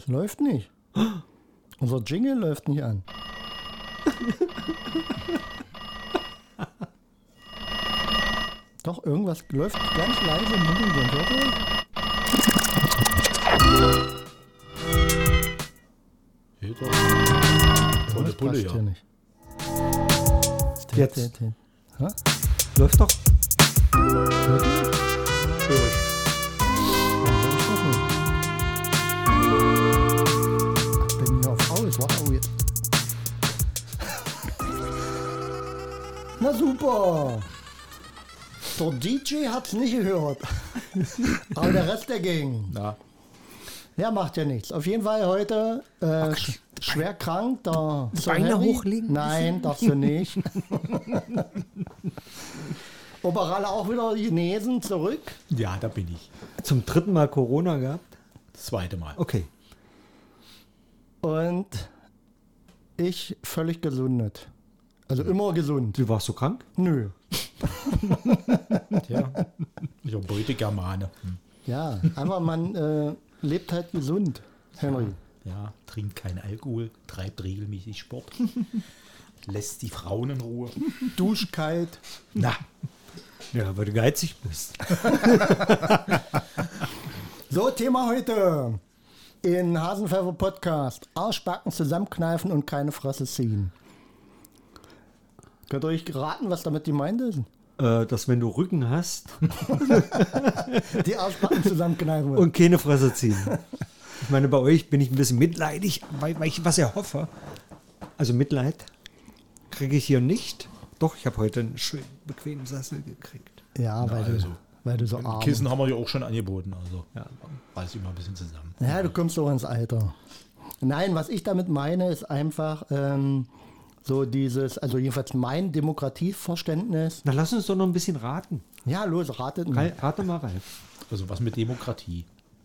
Läuft nicht. Unser Jingle läuft nicht an. Doch, irgendwas läuft ganz leise im Hintergrund. Hört ihr? Volle Pulle, passt ja. hier nicht. Jetzt. Ha? Läuft doch. Hört ihr? Ich bin hier auf Aus. Warte, jetzt. Na super. Der DJ hat's nicht gehört. Aber der Rest der Gang. Na, Ja, macht ja nichts. Auf jeden Fall heute schwer krank. Der Sir Beine Henry. hochlegen? Nein, darfst du nicht. Oberale auch wieder genesen zurück. ja, da bin ich. Zum 3. Mal Corona gehabt? Das 2. Mal. Okay. Und ich völlig gesundet. Also immer gesund. Wie warst du krank? Nö. Ja. Ich habe Beute Germane. Ja, einfach man lebt halt gesund, Henry. Ja, trinkt keinen Alkohol, treibt regelmäßig Sport, lässt die Frauen in Ruhe. Dusch kalt. Na, Ja, weil du geizig bist. So, Thema heute in Hasenpfeffer Podcast. Arschbacken zusammenkneifen und keine Fresse ziehen. Könnt ihr euch raten, was damit gemeint ist? Dass wenn du Rücken hast Die Arschbacken zusammenkneifen. und keine Fresse ziehen. Ich meine, bei euch bin ich ein bisschen mitleidig, weil ich was erhoffe. Also Mitleid kriege ich hier nicht. Doch, ich habe heute einen schönen, bequemen Sessel gekriegt. Ja, weil du so ein arm. Kissen haben wir ja auch schon angeboten, also Ja. reiß ich mal ein bisschen zusammen. Ja, du kommst doch ins Alter. Nein, was ich damit meine, ist einfach so dieses, also jedenfalls mein Demokratieverständnis. Na, lass uns doch noch ein bisschen raten. Ja, los, ratet mal. Rate mal, Ralf. Also was mit Demokratie.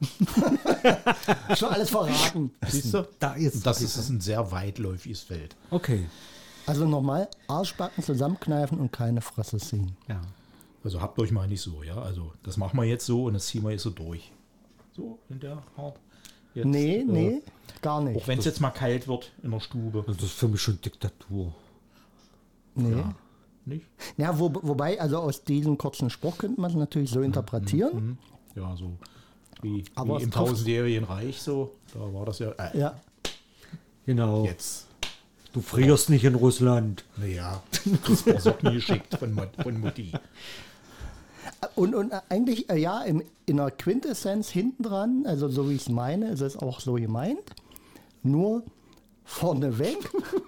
Schon alles verraten. Siehst du? Da jetzt. Das ist ein sehr weitläufiges Feld. Okay. Also nochmal, Arschbacken zusammenkneifen und keine Fresse ziehen. Ja. Also habt euch mal nicht so, ja. Also das machen wir jetzt so und das ziehen wir jetzt so durch. So in der Art. Jetzt, Nee, gar nicht. Auch wenn es jetzt mal kalt wird in der Stube. Das ist für mich schon Diktatur. Nee. Ja. Nicht? Ja, wobei, also aus diesem kurzen Spruch könnte man es natürlich so interpretieren. Ja, so wie Aber im es trifft- Tausendjährigen Reich so. Da war das ja. Ja, Genau. Jetzt. Du frierst nicht in Russland. Naja, das war Socken geschickt von Mutti. und eigentlich, ja, in der Quintessenz hinten dran, also so wie ich es meine, ist es auch so gemeint. Nur vorneweg,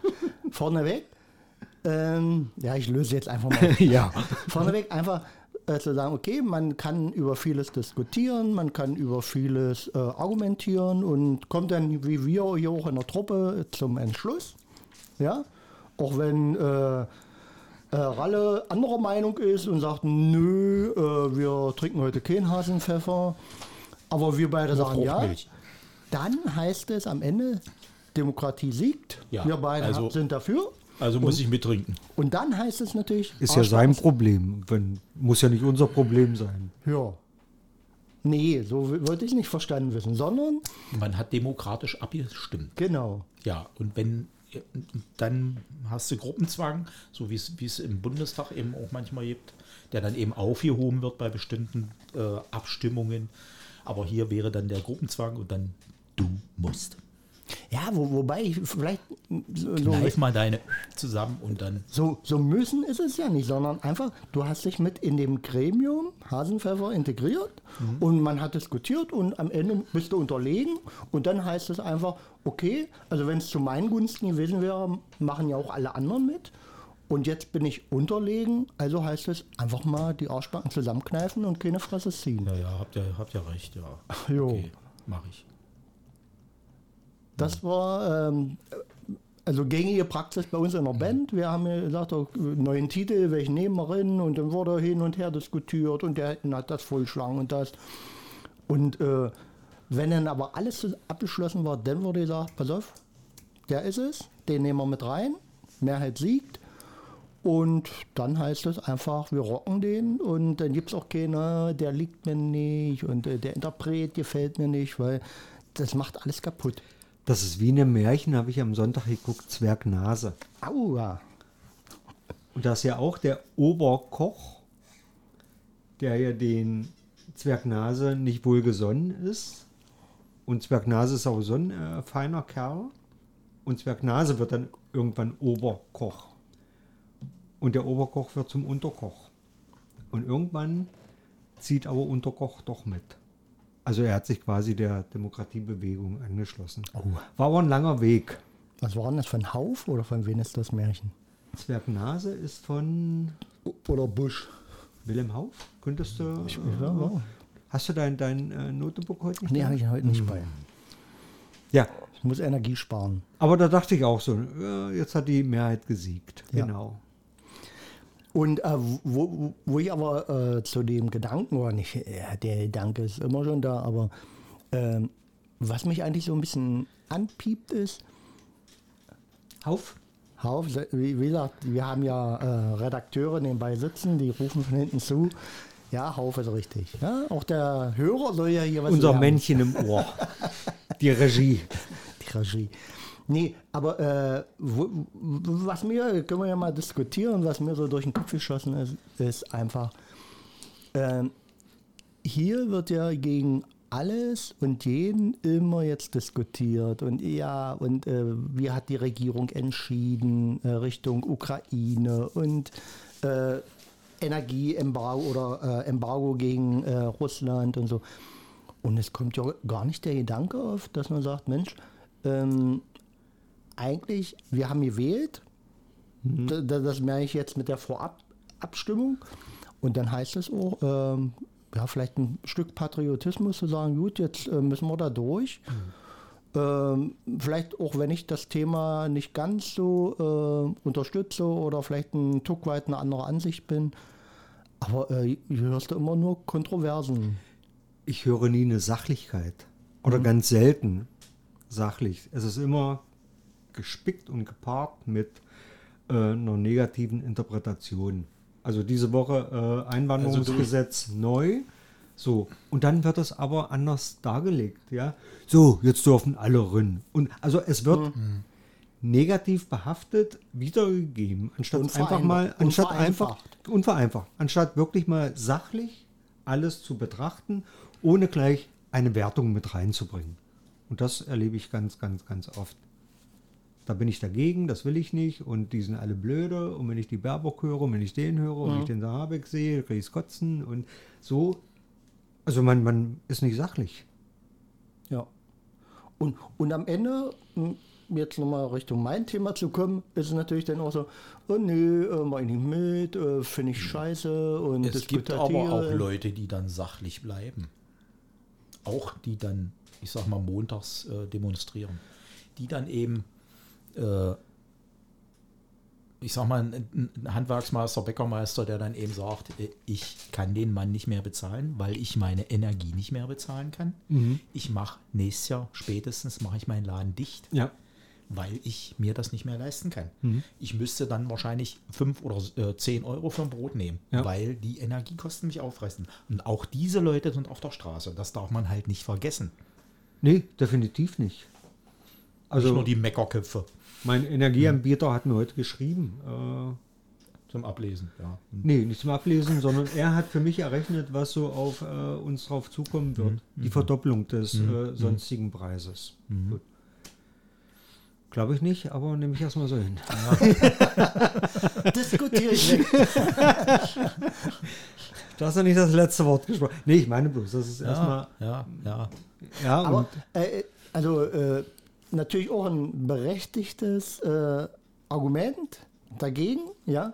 ja, ich löse jetzt einfach mal. Ja. Vorneweg einfach zu sagen, okay, man kann über vieles diskutieren, man kann über vieles argumentieren und kommt dann, wie wir hier auch in der Truppe, zum Entschluss. Ja, auch wenn Ralle anderer Meinung ist und sagt, nö, wir trinken heute keinen Hasenpfeffer, aber wir beide sagen ja, Fruchtmilch. dann heißt es am Ende, Demokratie siegt, Ja, wir beide also- sind dafür. Also muss ich mittrinken. Und dann heißt es natürlich, Ist ja sein Arschbacken- Problem. Muss ja nicht unser Problem sein. Ja. Nee, so würde ich nicht verstanden wissen, sondern, Man hat demokratisch abgestimmt. genau. Ja, und wenn dann hast du Gruppenzwang, so wie es im Bundestag eben auch manchmal gibt, der dann eben aufgehoben wird bei bestimmten Abstimmungen. Aber hier wäre dann der Gruppenzwang und dann du musst. Ja, wobei ich vielleicht Kneif mal deine zusammen und dann. so müssen ist es ja nicht, sondern einfach, du hast dich mit in dem Gremium Hasenpfeffer integriert und man hat diskutiert und am Ende bist du unterlegen und dann heißt es einfach, okay, also wenn es zu meinen Gunsten gewesen wäre, machen ja auch alle anderen mit und jetzt bin ich unterlegen, also heißt es einfach mal die Arschbacken zusammenkneifen und keine Fresse ziehen. Ja, habt ihr recht, ja. Jo. Okay, mach ich. Das war also gängige Praxis bei uns in der Band. Wir haben ja gesagt, neuen Titel, welchen nehmen wir rein? Und dann wurde hin und her diskutiert und der hat das vorgeschlagen und das. Und wenn dann aber alles abgeschlossen war, dann wurde gesagt, pass auf, der ist es, den nehmen wir mit rein, Mehrheit siegt. Und dann heißt es einfach, wir rocken den und dann gibt es auch keiner, der liegt mir nicht und der Interpret gefällt mir nicht, weil das macht alles kaputt. Das ist wie in einem Märchen, habe ich am Sonntag geguckt, Zwergnase. Aua. Und da ist ja auch der Oberkoch, der ja den Zwergnase nicht wohlgesonnen ist. Und Zwergnase ist auch so ein feiner Kerl. Und Zwergnase wird dann irgendwann Oberkoch. Und der Oberkoch wird zum Unterkoch. Und irgendwann zieht aber Unterkoch doch mit. Also er hat sich quasi der Demokratiebewegung angeschlossen. War aber ein langer Weg. Was war denn das, von Hauf oder von wem ist das Märchen? Zwergnase ist von Oder Busch. Wilhelm Hauff. Könntest du... Ja. Hast du dein Notebook heute nicht? Nee, da? habe ich heute nicht bei. Ja, Ich muss Energie sparen. aber da dachte ich auch so, jetzt hat die Mehrheit gesiegt. Ja. Genau. Und wo ich aber zu dem Gedanken, oder nicht, der Gedanke ist immer schon da, aber was mich eigentlich so ein bisschen anpiept ist, Hauff? wie gesagt, wir haben ja Redakteure nebenbei sitzen, die rufen von hinten zu. Ja, Haufe ist richtig. Ja, auch der Hörer soll ja hier was Unser lernen. Männchen im Ohr. Die Regie. Die Regie. Nee, aber was mir, können wir ja mal diskutieren, was mir so durch den Kopf geschossen ist einfach, hier wird ja gegen alles und jeden immer jetzt diskutiert und wie hat die Regierung entschieden Richtung Ukraine und Energieembargo oder Embargo gegen Russland und so. Und es kommt ja gar nicht der Gedanke auf, dass man sagt, Mensch, eigentlich, wir haben gewählt, das merke ich jetzt mit der Vorabstimmung und dann heißt es auch, vielleicht ein Stück Patriotismus zu sagen, gut, jetzt müssen wir da durch. Vielleicht auch, wenn ich das Thema nicht ganz so unterstütze oder vielleicht ein Tuck weit eine andere Ansicht bin, aber hier hörst du immer nur Kontroversen. Ich höre nie eine Sachlichkeit. Oder ganz selten sachlich. Es ist immer gespickt und gepaart mit einer negativen Interpretation. Also diese Woche Einwanderungsgesetz neu. So, und dann wird es aber anders dargelegt, ja. So, jetzt dürfen alle rein. Und also es wird negativ behaftet wiedergegeben, anstatt anstatt wirklich mal sachlich alles zu betrachten, ohne gleich eine Wertung mit reinzubringen. Und das erlebe ich ganz, ganz, ganz oft. Da bin ich dagegen, das will ich nicht und die sind alle blöde und wenn ich die Baerbock höre und wenn ich den höre und wenn ich den Habeck sehe, kriege ich kotzen und so. Also man ist nicht sachlich. Ja. Und am Ende, jetzt nochmal Richtung mein Thema zu kommen, ist es natürlich dann auch so, oh nö, mach ich nicht mit, finde ich scheiße und Es gibt aber auch Leute, die dann sachlich bleiben. Auch die dann, ich sag mal, montags demonstrieren. Die dann eben, ich sag mal, ein Handwerksmeister, Bäckermeister, der dann eben sagt, ich kann den Mann nicht mehr bezahlen, weil ich meine Energie nicht mehr bezahlen kann. Ich mache nächstes Jahr spätestens, mache ich meinen Laden dicht. Ja. Weil ich mir das nicht mehr leisten kann. Ich müsste dann wahrscheinlich 5 oder 10 Euro für ein Brot nehmen, weil die Energiekosten mich auffressen. Und auch diese Leute sind auf der Straße. Das darf man halt nicht vergessen. Nee, definitiv nicht. Also nicht nur die Meckerköpfe mein Energieanbieter hat mir heute geschrieben. zum Ablesen. Ja. Nee, nicht zum Ablesen, sondern er hat für mich errechnet, was so auf uns drauf zukommen wird. Die Verdoppelung des sonstigen Preises. Gut. Glaube ich nicht, aber nehme ich erstmal so hin. Ja. Diskutiere ich nicht. Du hast ja nicht das letzte Wort gesprochen. Nee, ich meine bloß, das ist erstmal. Ja. Aber natürlich auch ein berechtigtes Argument dagegen, ja.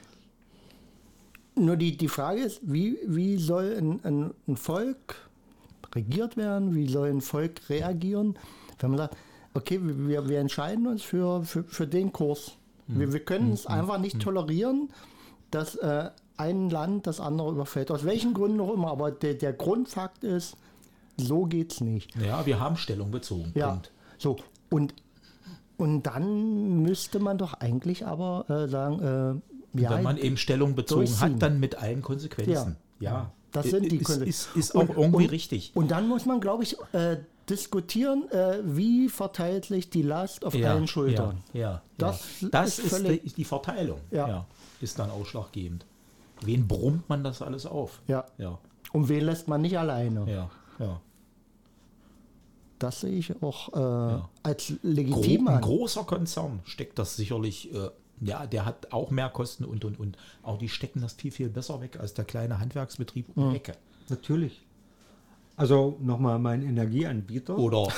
Nur die Frage ist, wie soll ein Volk regiert werden, wie soll ein Volk reagieren, wenn man sagt, okay, wir entscheiden uns für den Kurs. Wir können es einfach nicht tolerieren, dass ein Land das andere überfällt. Aus welchen Gründen auch immer, aber der Grundfakt ist, so geht's nicht. Ja, wir haben Stellung bezogen. Ja, Punkt. so. Und dann müsste man doch eigentlich aber sagen, Wenn man eben Stellung bezogen durchziehen. hat, dann mit allen Konsequenzen. Ja. Das sind die Ist auch irgendwie richtig. Und dann muss man, glaube ich, diskutieren, wie verteilt sich die Last auf allen Schultern. Das ist die Verteilung. Ja. Ist dann ausschlaggebend. Wen brummt man das alles auf? Ja. Und wen lässt man nicht alleine? Ja. Das sehe ich auch als legitim Ein an. großer Konzern steckt das sicherlich, der hat auch mehr Kosten und. Auch die stecken das viel, viel besser weg als der kleine Handwerksbetrieb um die Ecke. Natürlich. Also nochmal mein Energieanbieter. Oder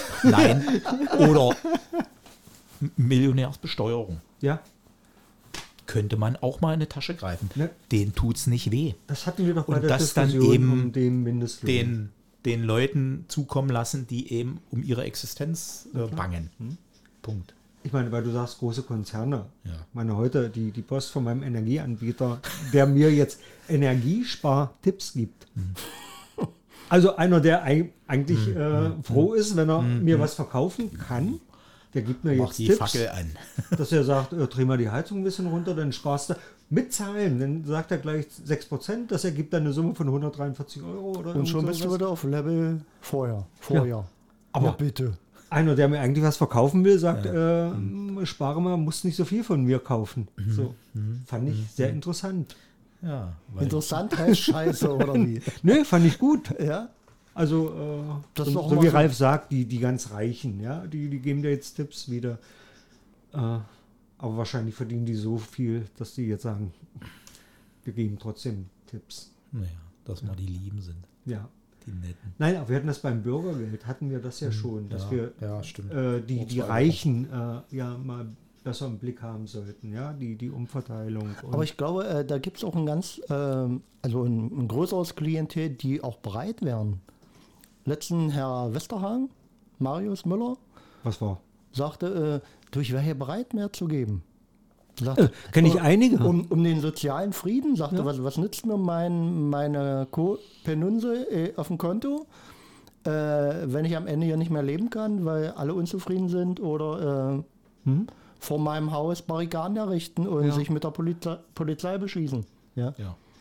Millionärsbesteuerung. Ja. Könnte man auch mal in die Tasche greifen. Ne. Denen tut es nicht weh. Das hatten wir doch bei Und der das dann Diskussion eben um den Mindestlohn. Den Leuten zukommen lassen, die eben um ihre Existenz bangen. Punkt. Ich meine, weil du sagst, große Konzerne. Ja. Ich meine, heute die Post von meinem Energieanbieter, der mir jetzt Energiespartipps gibt. Also einer, der eigentlich froh ist, wenn er mir was verkaufen kann. Der gibt mir Mach jetzt die Tipps, Fackel an. dass er sagt, dreh mal die Heizung ein bisschen runter, dann sparst du mit Zahlen. Dann sagt er gleich 6%, das ergibt dann eine Summe von 143 Euro. Oder Und schon bist du wieder auf Level vorher. Aber ja, bitte. Einer, der mir eigentlich was verkaufen will, sagt, spare mal, musst nicht so viel von mir kaufen. So. Fand ich sehr interessant. Ja, Interessant heißt scheiße, oder wie? Nö, fand ich gut. Ja. Also, Das ist doch so mal wie so- Ralf sagt, die ganz Reichen, ja, die geben dir jetzt Tipps wieder. Aber wahrscheinlich verdienen die so viel, dass die jetzt sagen, wir geben trotzdem Tipps. naja, dass wir die Lieben sind, Ja. die Netten. Nein, aber wir hatten das beim Bürgergeld, hatten wir das ja schon, dass wir stimmt. die Reichen ja mal besser im Blick haben sollten, ja, die Umverteilung. Und Aber ich glaube, da gibt es auch ein größeres Klientel, die auch bereit wären. Letzten Herr Westerhagen, Marius Müller, was war? sagte, ich wäre hier bereit, mehr zu geben. Sagte, Kenne ich einige. Um den sozialen Frieden, sagte, was nützt mir meine Penunse auf dem Konto, wenn ich am Ende hier nicht mehr leben kann, weil alle unzufrieden sind oder vor meinem Haus Barrikaden errichten und sich mit der Polizei beschießen. Ja.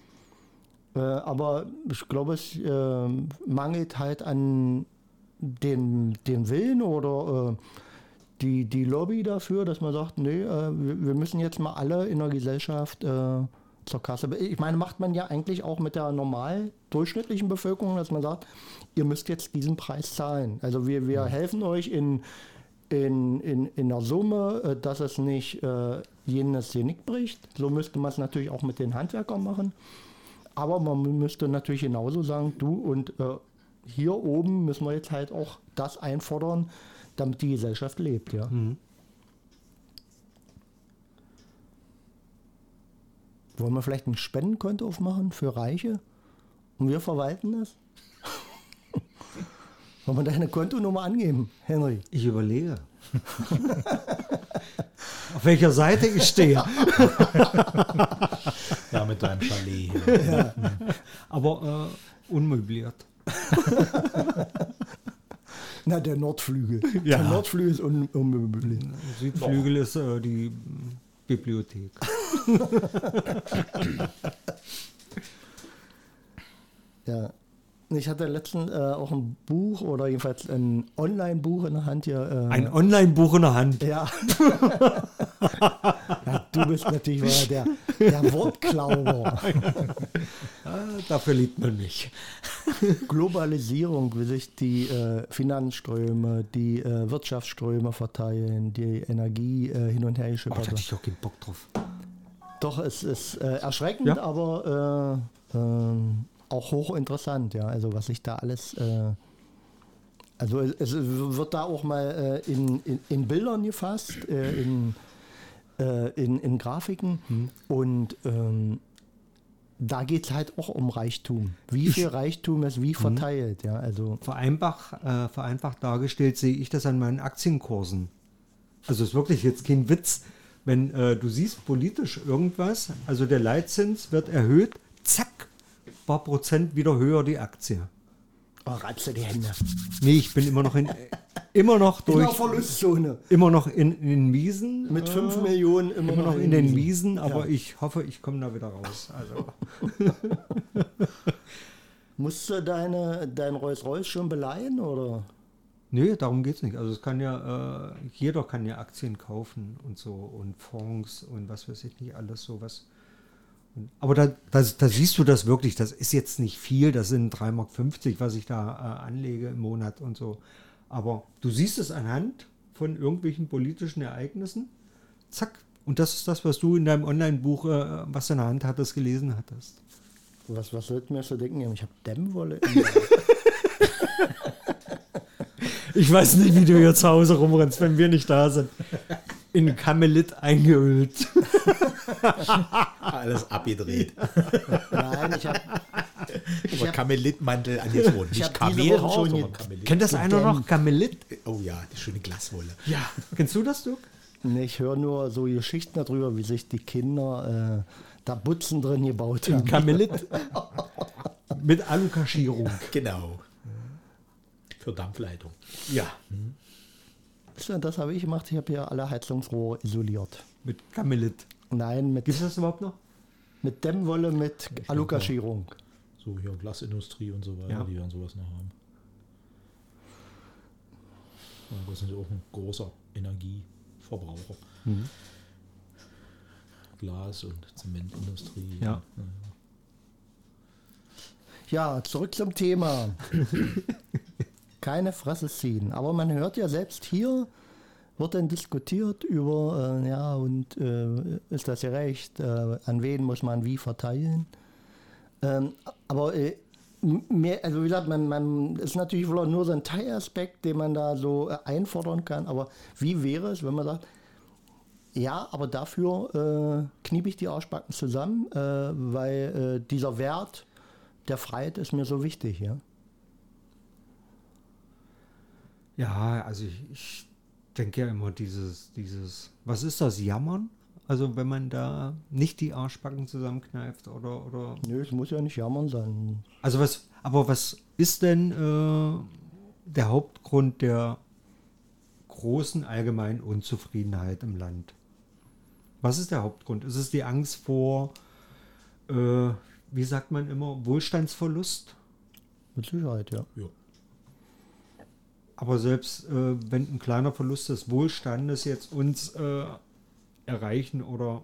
Aber ich glaube, es mangelt halt an dem Willen oder die Lobby dafür, dass man sagt, nee, wir müssen jetzt mal alle in der Gesellschaft zur Kasse. Ich meine, macht man ja eigentlich auch mit der normal durchschnittlichen Bevölkerung, dass man sagt, ihr müsst jetzt diesen Preis zahlen. Also wir helfen euch in der Summe, dass es nicht jenes Genick bricht. So müsste man es natürlich auch mit den Handwerkern machen. Aber man müsste natürlich genauso sagen, du und hier oben müssen wir jetzt halt auch das einfordern, damit die Gesellschaft lebt. Ja. Wollen wir vielleicht ein Spendenkonto aufmachen für Reiche? Und wir verwalten das? Wollen wir deine Kontonummer angeben, Henry? Ich überlege. Auf welcher Seite ich stehe. Ja, mit deinem Chalet. Ja. Aber unmöbliert. Na, der Nordflügel. Ja. Der Nordflügel ist unmöglich. Südflügel ist die Bibliothek. Ja. Ich hatte letztens auch ein Buch oder jedenfalls ein Online-Buch in der Hand hier. Ein Online-Buch in der Hand. Ja. Ja, du bist natürlich mal der Wortklauber. Dafür liebt man mich. Globalisierung, wie sich die Finanzströme, die Wirtschaftsströme verteilen, die Energie hin und her Da geschippert hatte wird. ich auch keinen Bock drauf. Doch, es ist erschreckend, Ja. aber auch hochinteressant, ja. Also was sich da alles. Also es wird da auch mal in Bildern gefasst, in Grafiken und da geht es halt auch um Reichtum. Wie viel Reichtum ist wie verteilt, ja. Also Vereinfacht dargestellt sehe ich das an meinen Aktienkursen. Also ist wirklich jetzt kein Witz. Wenn du siehst politisch irgendwas, also der Leitzins wird erhöht, zack, paar Prozent wieder höher die Aktie. ratze die Hände. Nee, ich bin immer noch In der Verlustzone. immer noch in Miesen. Mit 5 Millionen immer noch in den Miesen, aber Ja. ich hoffe, ich komme da wieder raus. Also. Musst du dein Rolls-Royce schon beleihen, oder? Nee, darum geht es nicht. Also es kann ja, jeder kann ja Aktien kaufen und so und Fonds und was weiß ich nicht, alles sowas. Aber da siehst du das wirklich, das ist jetzt nicht viel, das sind 3,50 Mark, was ich da anlege im Monat und so. Aber du siehst es anhand von irgendwelchen politischen Ereignissen, zack. Und das ist das, was du in deinem Online-Buch, was du in der Hand hattest, gelesen hattest. Was sollten wir so denken? Ich habe Dämmwolle. Ich weiß nicht, wie du hier zu Hause rumrennst, wenn wir nicht da sind. In Kamelit eingehüllt. Alles abgedreht. Nein, ich habe Aber Kamelitmantel angezogen. Ich Nicht hab diese Woche Kamelhaut, schon sondern Kamelit. Kennt das einer noch? Kamelit? Oh ja, die schöne Glaswolle. Ja. Kennst du das, Dirk? ich höre nur so Geschichten darüber, wie sich die Kinder da Butzen drin gebaut In haben. Kamelit. Mit Alukaschierung. Genau. Für Dampfleitung. Ja. Das habe ich gemacht. Ich habe hier alle Heizungsrohre isoliert. Mit Kamelit. Nein, Gibt es das überhaupt noch? mit Dämmwolle, mit Alukaschierung. So hier Glasindustrie und so weiter, Ja. die werden sowas noch haben. Ja, das sind auch ein großer Energieverbraucher. Glas- und Zementindustrie. Ja. Ja, zurück zum Thema. Keine Fresse ziehen. Aber man hört ja selbst hier, wird dann diskutiert über, ist das gerecht, an wen muss man wie verteilen. Aber also wie gesagt, man ist natürlich wohl nur so ein Teilaspekt, den man da so einfordern kann. Aber wie wäre es, wenn man sagt, ja, aber dafür kniebe ich die Arschbacken zusammen, weil dieser Wert der Freiheit ist mir so wichtig, ja. Ja, also ich denke ja immer dieses, was ist das, Jammern? Also wenn man da nicht die Arschbacken zusammenkneift oder Nö, es muss ja nicht jammern sein. also was ist denn der Hauptgrund der großen allgemeinen Unzufriedenheit im Land? Was ist der Hauptgrund? Ist es die Angst vor, wie sagt man immer, Wohlstandsverlust? Mit Sicherheit, ja. Ja. Aber selbst wenn ein kleiner Verlust des Wohlstandes jetzt uns erreichen oder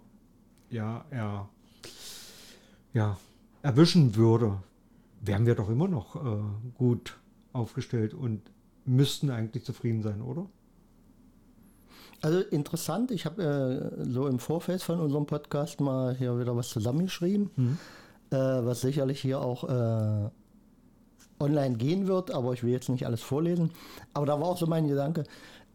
erwischen würde, wären wir doch immer noch gut aufgestellt und müssten eigentlich zufrieden sein, oder? Also interessant, ich habe so im Vorfeld von unserem Podcast mal hier wieder was zusammengeschrieben, was sicherlich hier auch online gehen wird, aber ich will jetzt nicht alles vorlesen. Aber da war auch so mein Gedanke,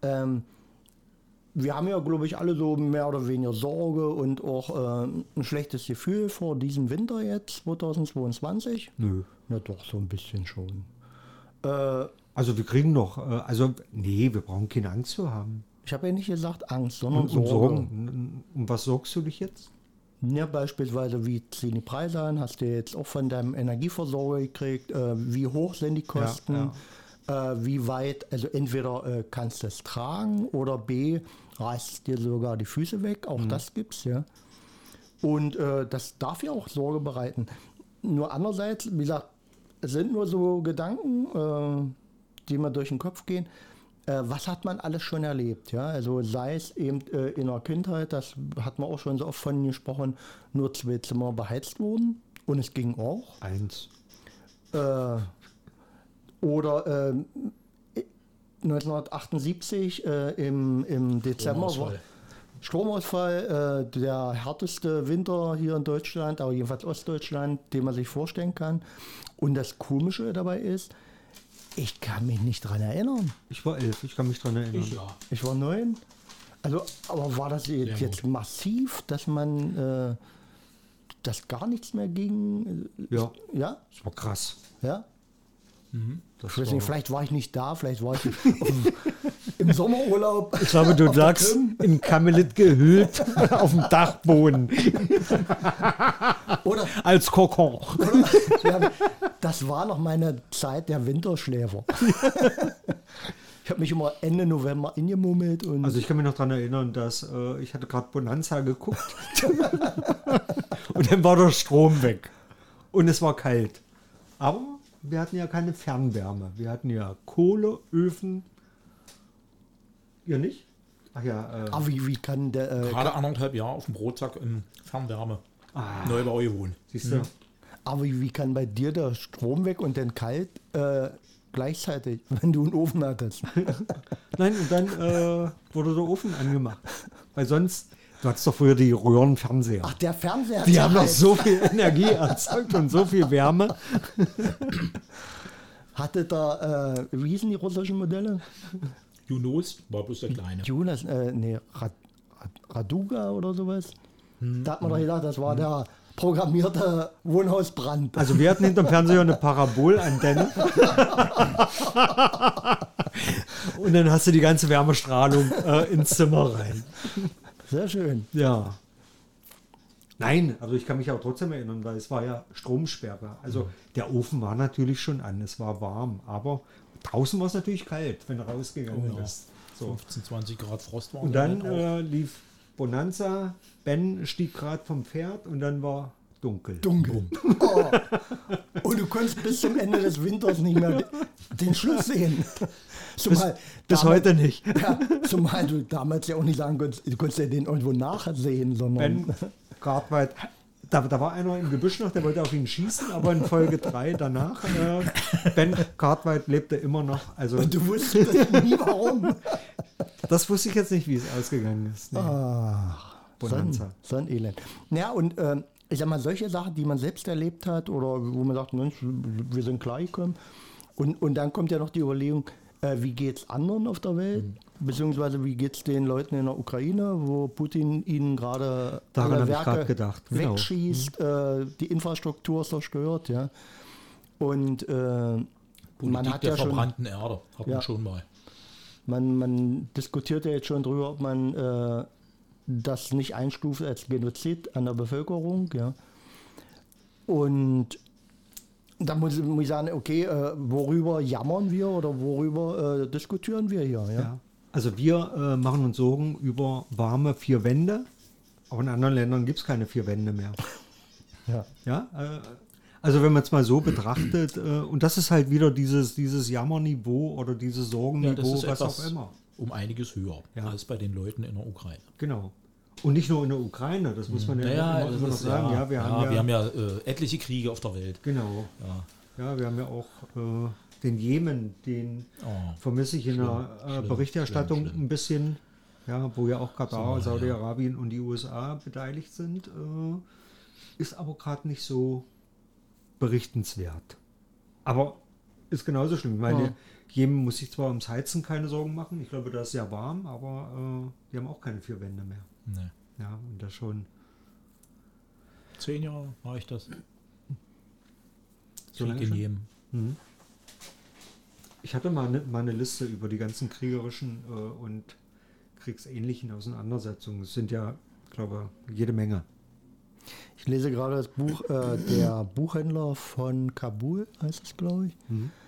wir haben ja, glaube ich, alle so mehr oder weniger Sorge und auch ein schlechtes Gefühl vor diesem Winter jetzt, 2022. Nö. Na doch, so ein bisschen schon. Also wir kriegen noch, wir brauchen keine Angst zu haben. Ich habe ja nicht gesagt Angst, sondern Und Sorge. Sorgen. Um was sorgst du dich jetzt? Ja, beispielsweise, wie ziehen die Preise an? Hast du jetzt auch von deinem Energieversorger gekriegt? Wie hoch sind die Kosten? Wie weit, also entweder kannst du es tragen oder B, reißt es dir sogar die Füße weg. Auch das gibt's, ja. Und das darf ja auch Sorge bereiten. Nur andererseits, wie gesagt, es sind nur so Gedanken, die mir durch den Kopf gehen. Was hat man alles schon erlebt? Ja? Also sei es eben in der Kindheit, das hat man auch schon so oft von gesprochen, nur 2 Zimmer beheizt wurden und es ging auch. 1. Oder 1978 im Dezember war Stromausfall, der härteste Winter hier in Deutschland, aber jedenfalls Ostdeutschland, den man sich vorstellen kann. Und das Komische dabei ist, ich kann mich nicht dran erinnern. Ich war 11, ich kann mich dran erinnern. Ich war 9. Also, aber war das jetzt massiv, dass man dass gar nichts mehr ging? Ja. Ja? Das war krass. Ja? Das Ich weiß war- nicht, vielleicht war ich nicht da, vielleicht war ich im Sommerurlaub. Ich glaube, du auf der lagst Krim. in Kamelit gehüllt auf dem Dachboden Oder, als Kokon. ja, das war noch meine Zeit der Winterschläfer. Ich habe mich immer Ende November ingemummelt und Also ich kann mich noch daran erinnern, dass ich hatte gerade Bonanza geguckt und dann war der Strom weg und es war kalt. Aber wir hatten ja keine Fernwärme. Wir hatten ja Kohleöfen Ihr nicht? Ach ja, Aber wie kann der... Gerade 1,5 Jahre auf dem Brotsack in Fernwärme. Neubau gewohnt. siehst du? Aber wie kann bei dir der Strom weg und dann kalt gleichzeitig, wenn du einen Ofen hattest? Nein, und dann wurde der Ofen angemacht. Weil sonst, du hattest doch früher die Röhrenfernseher. Ach, der Fernseher. Die haben doch so viel Energie erzeugt und so viel Wärme. Hatte da, wie hießen die russischen Modelle? Junos war bloß der kleine. Junas, Raduga oder sowas. Da hat man doch gedacht, das war der programmierte Wohnhausbrand. Also wir hatten hinterm Fernseher eine Parabolantenne. Und dann hast du die ganze Wärmestrahlung ins Zimmer rein. Sehr schön. Ja. Nein, also ich kann mich auch trotzdem erinnern, weil es war ja Stromsperre. Also der Ofen war natürlich schon an, es war warm, aber draußen war es natürlich kalt, wenn du rausgegangen bist. So. 15, 20 Grad Frost waren. Und dann lief Bonanza, Ben stieg gerade vom Pferd und dann war dunkel. Oh. Und du konntest bis zum Ende des Winters nicht mehr den Schluss sehen. Zumal Bis damals- heute nicht. Ja, zumal du damals ja auch nicht sagen konntest, du konntest ja den irgendwo nachsehen, sondern Ben Cartwright, da war einer im Gebüsch noch, der wollte auf ihn schießen, aber in Folge 3 danach, Ben Cartwright lebte immer noch. Also und du wusstest nie warum. das wusste ich jetzt nicht, wie es ausgegangen ist. Nee. Ach, Bonanza. so ein Elend. Ja, und ich sag mal, solche Sachen, die man selbst erlebt hat oder wo man sagt, Mensch, wir sind klargekommen. Und dann kommt ja noch die Überlegung, wie geht es anderen auf der Welt? Beziehungsweise wie geht es den Leuten in der Ukraine, wo Putin ihnen gerade Daran alle habe ich gerade Werke gedacht, genau. wegschießt, die Infrastruktur zerstört, ja. Und man Politik hat der ja schon... verbrannten Erde. Hat Ja. man schon mal. Man diskutiert ja jetzt schon drüber, ob man das nicht einstuft als Genozid an der Bevölkerung. Ja. Und da muss ich sagen, okay, worüber jammern wir oder worüber diskutieren wir hier? Ja? Ja. Also wir machen uns Sorgen über warme 4 Wände, aber in anderen Ländern gibt es keine 4 Wände mehr. Ja. Ja, also wenn man es mal so betrachtet, und das ist halt wieder dieses Jammerniveau oder dieses Ja, Sorgenniveau, das ist was etwas auch immer. um einiges höher Ja. als bei den Leuten in der Ukraine. Genau. Und nicht nur in der Ukraine, das muss man ja immer noch sagen. Ja, wir haben ja etliche Kriege auf der Welt. genau. Ja. Ja, wir haben ja auch den Jemen, den vermisse ich in der Berichterstattung schlimm. ein bisschen, ja, wo ja auch Katar, So, Saudi-Arabien und die USA beteiligt sind, ist aber gerade nicht so berichtenswert. Aber ist genauso schlimm. Ich meine, Jemen muss sich zwar ums Heizen keine Sorgen machen, ich glaube, da ist sehr warm, aber die haben auch keine 4 Wände mehr. Nee. Ja, und das schon 10 Jahre war ich das. so lange Krieg in schon? Jemen. Ich hatte mal eine Liste über die ganzen kriegerischen und kriegsähnlichen Auseinandersetzungen. Es sind ja, ich glaube, jede Menge. Ich lese gerade das Buch Der Buchhändler von Kabul, heißt es, glaube ich.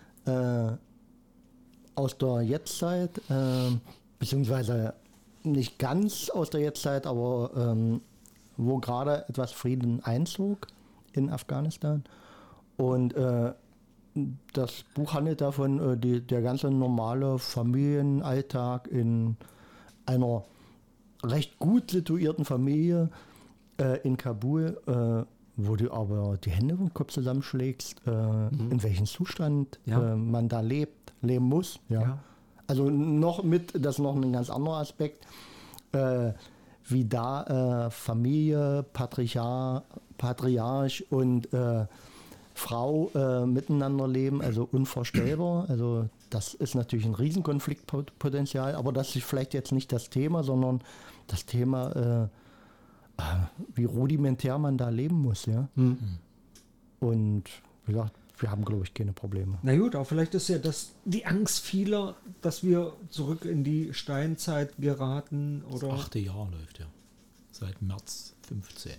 Aus der Jetztzeit, beziehungsweise nicht ganz aus der Jetztzeit, aber wo gerade etwas Frieden einzog in Afghanistan. Und das Buch handelt davon, der ganze normale Familienalltag in einer recht gut situierten Familie in Kabul, wo du aber die Hände vom Kopf zusammenschlägst, in welchem Zustand man da leben muss. Ja. Ja. Also das ist noch ein ganz anderer Aspekt, wie da Familie, Patriarch und Frau miteinander leben, also unvorstellbar. Also das ist natürlich ein Riesenkonfliktpotenzial, aber das ist vielleicht jetzt nicht das Thema, sondern das Thema, wie rudimentär man da leben muss. Ja? Und wie gesagt, wir haben, glaube ich, keine Probleme. Na gut, aber vielleicht ist ja das die Angst vieler, dass wir zurück in die Steinzeit geraten Das oder 8. Jahr läuft ja. Seit März 15.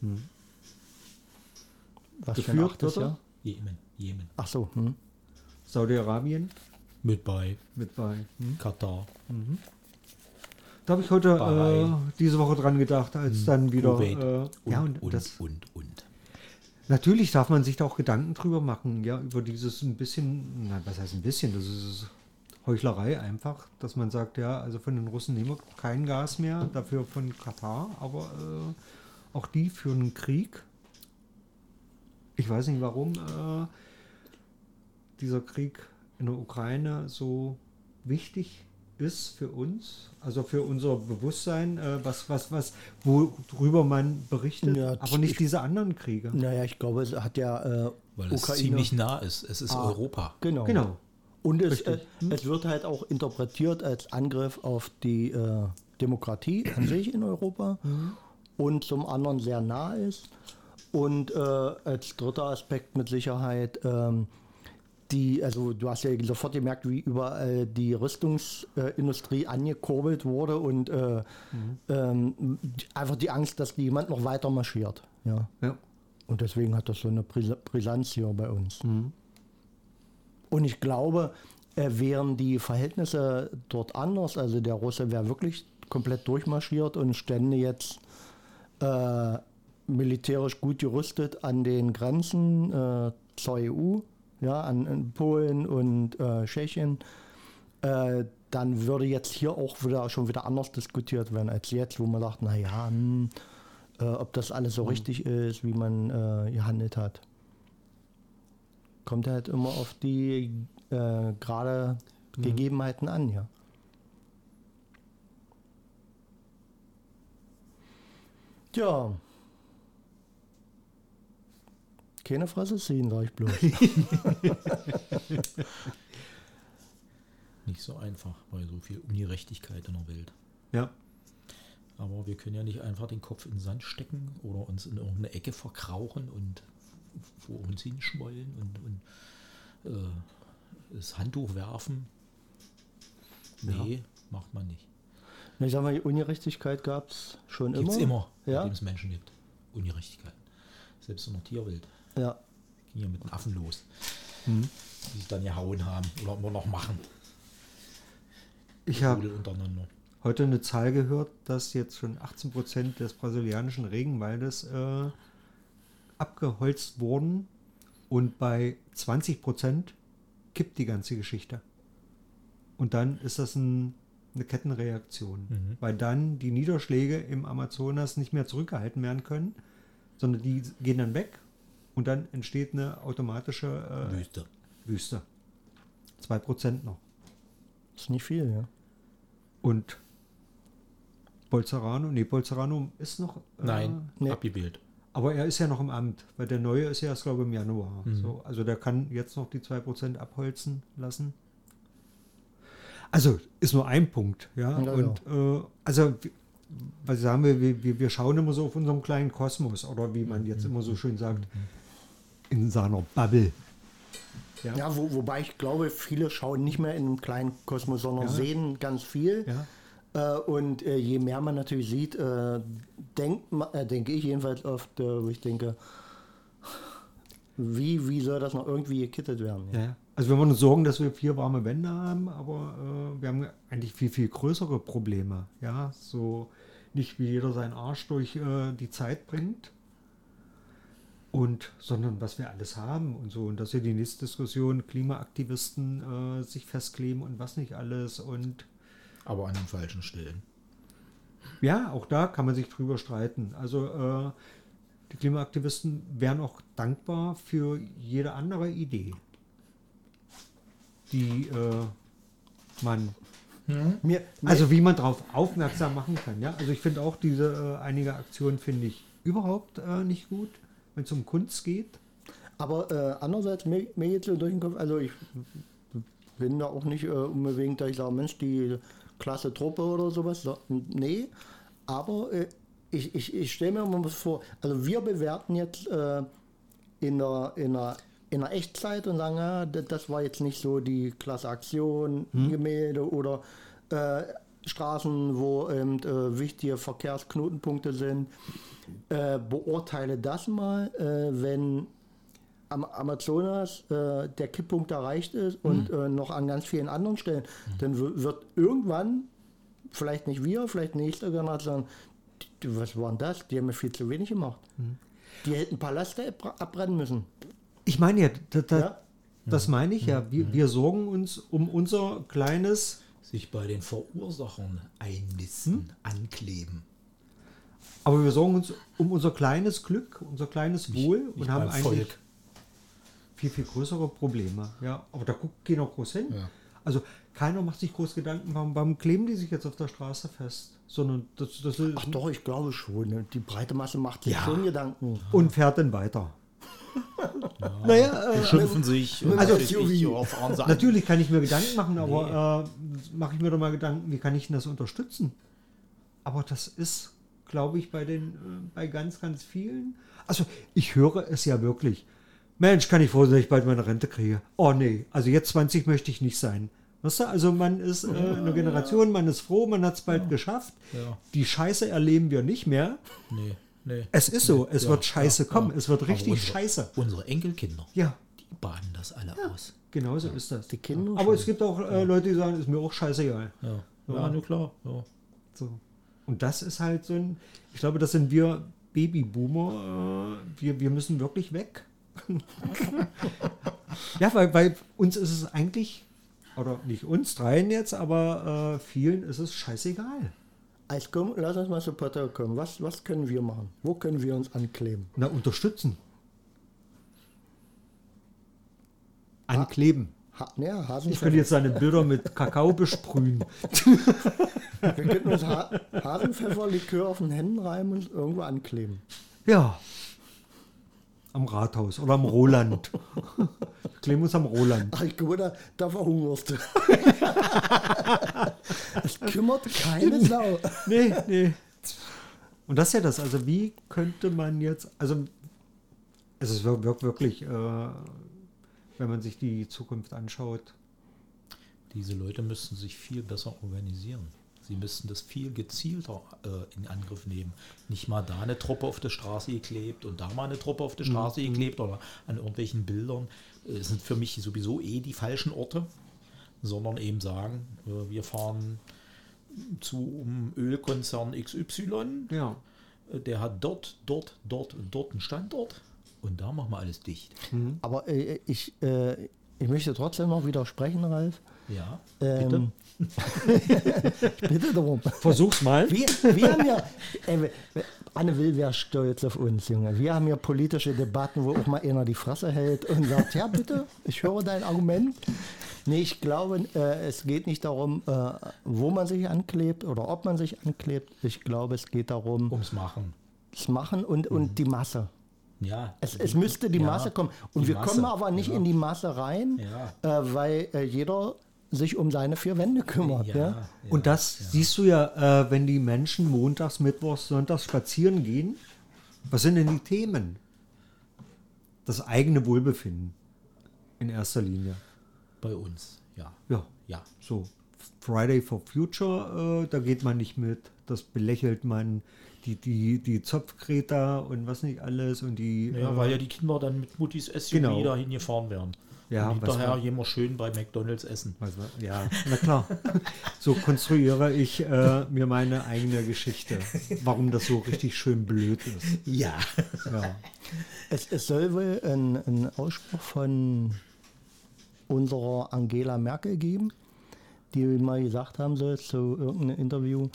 Was für ein Geführt, 8. oder? Jahr? Jemen. Ach so. Saudi-Arabien Mit bei mit bei. Katar. Da habe ich heute Bahrain. diese Woche dran gedacht, als dann wieder. Kuwait. Ja, und. das, natürlich darf man sich da auch Gedanken drüber machen, ja, über dieses ein bisschen, nein, was heißt ein bisschen, das ist Heuchlerei einfach, dass man sagt, ja, also von den Russen nehmen wir kein Gas mehr, dafür von Katar, aber auch die führen einen Krieg. Ich weiß nicht, warum dieser Krieg in der Ukraine so wichtig ist für uns, also für unser Bewusstsein, worüber man berichtet, Ja, aber nicht diese anderen Kriege. Naja, ich glaube, es hat ja Weil es ziemlich nah ist. Es ist Europa. Genau. Und es Richtig. wird halt auch interpretiert als Angriff auf die Demokratie an sich in Europa und zum anderen sehr nah ist. Und als dritter Aspekt mit Sicherheit also du hast ja sofort gemerkt, wie überall die Rüstungsindustrie angekurbelt wurde und einfach die Angst, dass jemand noch weiter marschiert. Ja. Ja. Und deswegen hat das so eine Brisanz hier bei uns. Und ich glaube, wären die Verhältnisse dort anders, also der Russe wäre wirklich komplett durchmarschiert und stände jetzt militärisch gut gerüstet an den Grenzen zur EU, ja, an Polen und Tschechien, dann würde jetzt hier auch schon wieder anders diskutiert werden als jetzt, wo man sagt, naja, ob das alles so richtig ist, wie man gehandelt hat. Kommt halt immer auf die gerade Gegebenheiten an, ja. Tja. Keine Fresse ziehen, sag ich bloß. Nicht so einfach bei so viel Ungerechtigkeit in der Welt. Ja. Aber wir können ja nicht einfach den Kopf in den Sand stecken oder uns in irgendeine Ecke verkrauchen und vor uns hinschmollen und das Handtuch werfen. Nee, macht man nicht. Ich sag mal, Ungerechtigkeit gab es schon Gibt's immer, Ja. seitdem es Menschen gibt. Ungerechtigkeit. Selbst in der Tierwelt. Ja. Ging ja mit den Affen los. Die sich dann gehauen haben oder immer noch machen. Ich habe Rudel untereinander. heute eine Zahl gehört, dass jetzt schon 18% des brasilianischen Regenwaldes abgeholzt wurden und bei 20% kippt die ganze Geschichte. Und dann ist das eine Kettenreaktion, weil dann die Niederschläge im Amazonas nicht mehr zurückgehalten werden können, sondern die gehen dann weg und dann entsteht eine automatische Wüste. 2% noch. Ist nicht viel, ja. Und Bolsonaro ist noch... Nein, nee. abgewählt. Aber er ist ja noch im Amt, weil der Neue ist ja erst, glaube ich, im Januar. So, also der kann jetzt noch die 2% abholzen lassen. Also ist nur ein Punkt. Ja? Ja, und also, was ich sagen will, wir schauen immer so auf unserem kleinen Kosmos oder wie man jetzt immer so schön sagt, in seiner Bubble. Ja, wobei ich glaube, viele schauen nicht mehr in einem kleinen Kosmos, sondern Ja. sehen ganz viel. Ja. Und je mehr man natürlich sieht, denke ich jedenfalls oft, wo ich denke, wie soll das noch irgendwie gekittet werden? Ja. Also wir haben uns Sorgen, dass wir 4 warme Wände haben, aber wir haben eigentlich viel, viel größere Probleme. Ja, so nicht wie jeder seinen Arsch durch die Zeit bringt, sondern was wir alles haben und so. Und dass wir die nächste Diskussion Klimaaktivisten sich festkleben und was nicht alles. Und Aber an den falschen Stellen. ja, auch da kann man sich drüber streiten. Also die Klimaaktivisten wären auch dankbar für jede andere Idee, die man, also wie man darauf aufmerksam machen kann. Ja? Also ich finde auch diese einige Aktionen finde ich überhaupt nicht gut, wenn es um Kunst geht. Aber andererseits, mir geht so durch den Kopf, also ich bin da auch nicht unbedingt, dass ich sage, Mensch, die klasse Truppe oder sowas. Nee, aber ich stelle mir mal was vor, also wir bewerten jetzt in der Echtzeit und sagen, ja, das war jetzt nicht so die klasse Aktion, Gemälde oder Straßen, wo wichtige Verkehrsknotenpunkte sind. Beurteile das mal, wenn am Amazonas der Kipppunkt erreicht ist und noch an ganz vielen anderen Stellen, dann wird irgendwann, vielleicht nicht wir, vielleicht nächste Generation, was war denn das? Die haben ja viel zu wenig gemacht. Die hätten Paläste abbrennen müssen. Ich meine ja, Ja? Das meine ich ja. Wir sorgen uns um unser kleines... Sich bei den Verursachern einnisten, ankleben. Aber wir sorgen uns um unser kleines Glück, unser kleines Wohl und haben eigentlich viel, viel größere Probleme. Ja, aber da guckt keiner groß hin. Ja. Also keiner macht sich groß Gedanken, warum kleben die sich jetzt auf der Straße fest? Sondern das ist... Ach doch, ich glaube schon. Ne? Die breite Masse macht sich schon Gedanken. Und fährt dann weiter. Naja, Beschimpfen sich. also fahren sie an. natürlich kann ich mir Gedanken machen, aber mache ich mir doch mal Gedanken, wie kann ich denn das unterstützen? Aber das ist, glaube ich, bei ganz, ganz vielen. Also ich höre es ja wirklich. Mensch, kann ich froh sein, dass ich bald meine Rente kriege. Oh nee, also jetzt 20 möchte ich nicht sein. Weißt du, also man ist eine Generation, man ist froh, man hat es bald geschafft. Ja. Die Scheiße erleben wir nicht mehr. Nee. Es ist so, es wird Scheiße kommen, es wird richtig Scheiße. Unsere Enkelkinder, Ja, die baden das alle aus. genau so ist das. Die Kinder Aber es gibt auch Leute, die sagen, ist mir auch scheißegal. Ja, na klar. Ja. So. Und das ist halt so ein, ich glaube, das sind wir Babyboomer, wir müssen wirklich weg. Ja, weil uns ist es eigentlich, oder nicht uns dreien jetzt, aber vielen ist es scheißegal. Also komm, lass uns mal zu Potter kommen. Was können wir machen? Wo können wir uns ankleben? Na, unterstützen. Ankleben. Ich könnte jetzt seine Bilder mit Kakao besprühen. Wir könnten uns Hasenpfefferlikör auf den Händen reiben und irgendwo ankleben. Ja. Am Rathaus oder am Roland. Kleben uns am Roland. Ach, ich glaube, da verhungerst du. Es kümmert keine Sau. Nee. Und das ist ja das. Also wie könnte man jetzt, also es ist wirklich, wenn man sich die Zukunft anschaut. Diese Leute müssten sich viel besser organisieren. Sie müssten das viel gezielter in Angriff nehmen. Nicht mal da eine Truppe auf der Straße geklebt und da mal eine Truppe auf der Straße geklebt oder an irgendwelchen Bildern. Das sind für mich sowieso die falschen Orte, sondern eben sagen, wir fahren zum Ölkonzern XY. Ja. Der hat dort einen Standort und da machen wir alles dicht. Aber ich möchte trotzdem noch widersprechen, Ralf. Ja, bitte. Ich bitte darum. Versuch's mal. Wir haben ja, Anne Will wäre stolz auf uns, Junge. Wir haben ja politische Debatten, wo auch mal einer die Fresse hält und sagt, ja bitte, ich höre dein Argument. Nee, ich glaube, es geht nicht darum, wo man sich anklebt oder ob man sich anklebt. Ich glaube, es geht darum, Ums Machen. das Machen und die Masse. Ja. Es müsste die Masse kommen. Und wir kommen aber nicht in die Masse rein, weil jeder sich um seine vier Wände kümmert. Ja. Und das siehst du ja, wenn die Menschen montags, mittwochs, sonntags spazieren gehen. Was sind denn die Themen? Das eigene Wohlbefinden in erster Linie. Bei uns, ja. Ja. So Friday for Future, da geht man nicht mit. Das belächelt man. Die Zopfkreta und was nicht alles. Und die, weil ja die Kinder dann mit Muttis SUV dahin gefahren werden. Ja, und hinterher gehen wir schön bei McDonalds essen. Ja, na klar. So konstruiere ich mir meine eigene Geschichte, warum das so richtig schön blöd ist. Ja. Es soll wohl einen Ausspruch von unserer Angela Merkel geben, die mal gesagt haben soll zu irgendeinem Interview,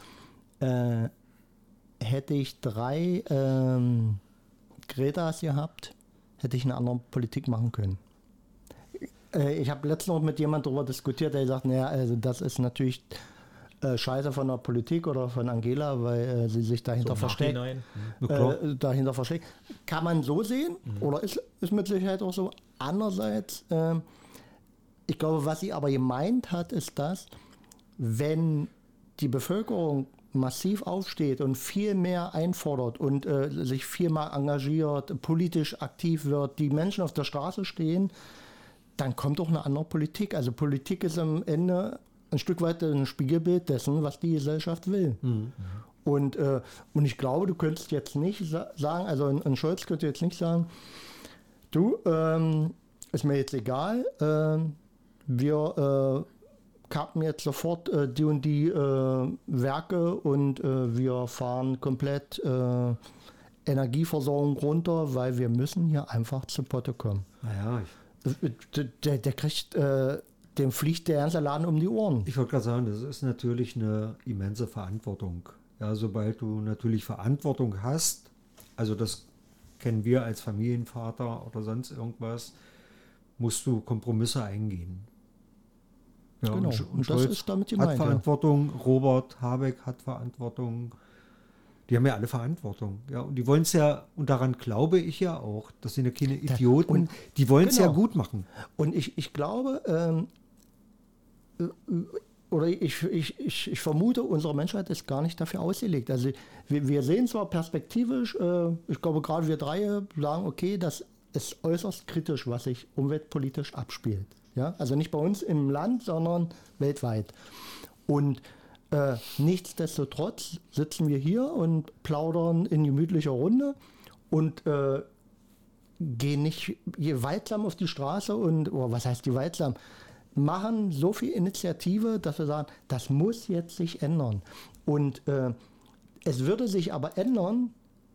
hätte ich 3 Gretas gehabt, hätte ich eine andere Politik machen können. Ich habe letztens noch mit jemandem darüber diskutiert, der sagt, naja, also das ist natürlich Scheiße von der Politik oder von Angela, weil sie sich dahinter versteckt. Dahinter versteckt. Kann man so sehen oder ist mit Sicherheit auch so. Andererseits, ich glaube, was sie aber gemeint hat, ist das, wenn die Bevölkerung massiv aufsteht und viel mehr einfordert und sich viel mehr engagiert, politisch aktiv wird, die Menschen auf der Straße stehen, dann kommt auch eine andere Politik. Also Politik ist am Ende ein Stück weit ein Spiegelbild dessen, was die Gesellschaft will. Und ich glaube, du könntest jetzt nicht sagen, also ein Scholz könnte jetzt nicht sagen, du, ist mir jetzt egal, wir kappen jetzt sofort die und die Werke und wir fahren komplett Energieversorgung runter, weil wir müssen hier einfach zu Potte kommen. Naja, der kriegt, dem fliegt der ganze Laden um die Ohren. Ich wollte gerade sagen, das ist natürlich eine immense Verantwortung. Ja, sobald du natürlich Verantwortung hast, also das kennen wir als Familienvater oder sonst irgendwas, musst du Kompromisse eingehen. Ja, Genau, und und das Scholz ist damit hat gemeint, ja. Verantwortung, Robert Habeck hat Verantwortung. Die haben ja alle Verantwortung. Ja, und die wollen es ja, und daran glaube ich ja auch, das sind ja keine Idioten, und- die wollen es ja genau. gut machen. Und ich glaube, oder ich vermute, unsere Menschheit ist gar nicht dafür ausgelegt. Also wir sehen zwar perspektivisch, ich glaube gerade wir drei sagen, okay, das ist äußerst kritisch, was sich umweltpolitisch abspielt. Ja? Also nicht bei uns im Land, sondern weltweit. Und nichtsdestotrotz sitzen wir hier und plaudern in gemütlicher Runde und gehen nicht gewaltsam auf die Straße und, was heißt gewaltsam, machen so viel Initiative, dass wir sagen, das muss jetzt sich ändern. Und es würde sich aber ändern,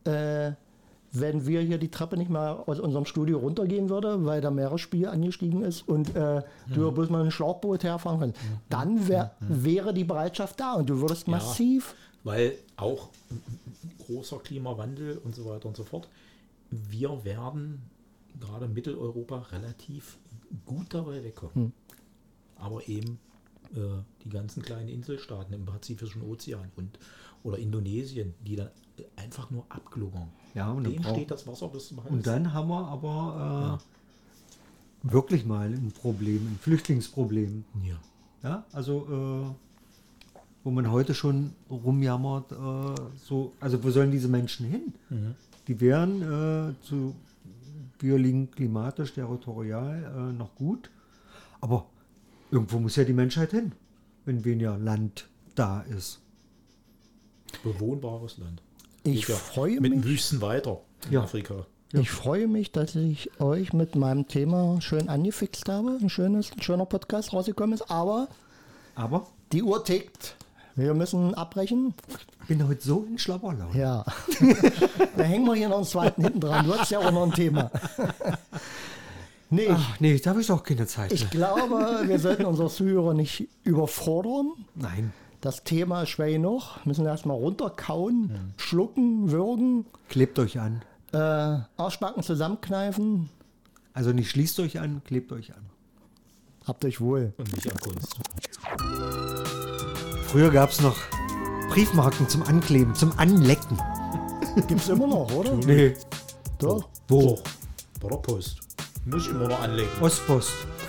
wenn wir hier die Treppe nicht mal aus unserem Studio runtergehen würde, weil der Meeresspiegel angestiegen ist und du bloß mal ein Schlauchboot herfahren kannst. Dann wäre die Bereitschaft da und du würdest massiv... Weil auch großer Klimawandel und so weiter und so fort. Wir werden gerade in Mitteleuropa relativ gut dabei wegkommen. Aber eben die ganzen kleinen Inselstaaten im Pazifischen Ozean oder Indonesien, die dann einfach nur abgluckern. Ja, und Denen steht das Wasser bis zum Hals. Und dann haben wir aber wirklich mal ein Problem, ein Flüchtlingsproblem. Ja. Ja, also wo man heute schon rumjammert, also wo sollen diese Menschen hin? Die wären wir liegen klimatisch, territorial noch gut, aber irgendwo muss ja die Menschheit hin, wenn weniger Land da ist. Bewohnbares Land. Ich Geht freue mit mich. Wüsten weiter in Ja. Afrika. Ich freue mich, dass ich euch mit meinem Thema schön angefixt habe. Ein schöner Podcast rausgekommen ist. Aber Aber die Uhr tickt. Wir müssen abbrechen. ich bin heute so in Schlapperlaune. Ja. Da hängen wir hier noch einen zweiten hinten dran. Du hast ja auch noch ein Thema. Nee, Ach nee, da habe ich auch keine Zeit ich mehr. glaube, wir sollten unsere Zuhörer nicht überfordern. Nein, Das Thema ist schwer genug. Müssen erstmal runterkauen, schlucken, würgen, klebt euch an. Arschbacken zusammenkneifen. Also nicht schließt euch an, klebt euch an. Habt euch wohl. Und nicht an Kunst. Früher gab es noch Briefmarken zum Ankleben, zum Anlecken. Gibt's immer noch, oder? Nee, Doch. wo? Bei der Post. Muss ich immer noch anlegen. Ostpost.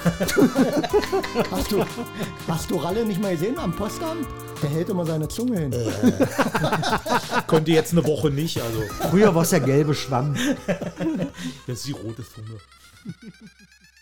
Hast du Ralle nicht mal gesehen am Postamt? Der hält immer seine Zunge hin. Konnte jetzt eine Woche nicht, also Früher war es der gelbe Schwamm. das ist die rote Zunge.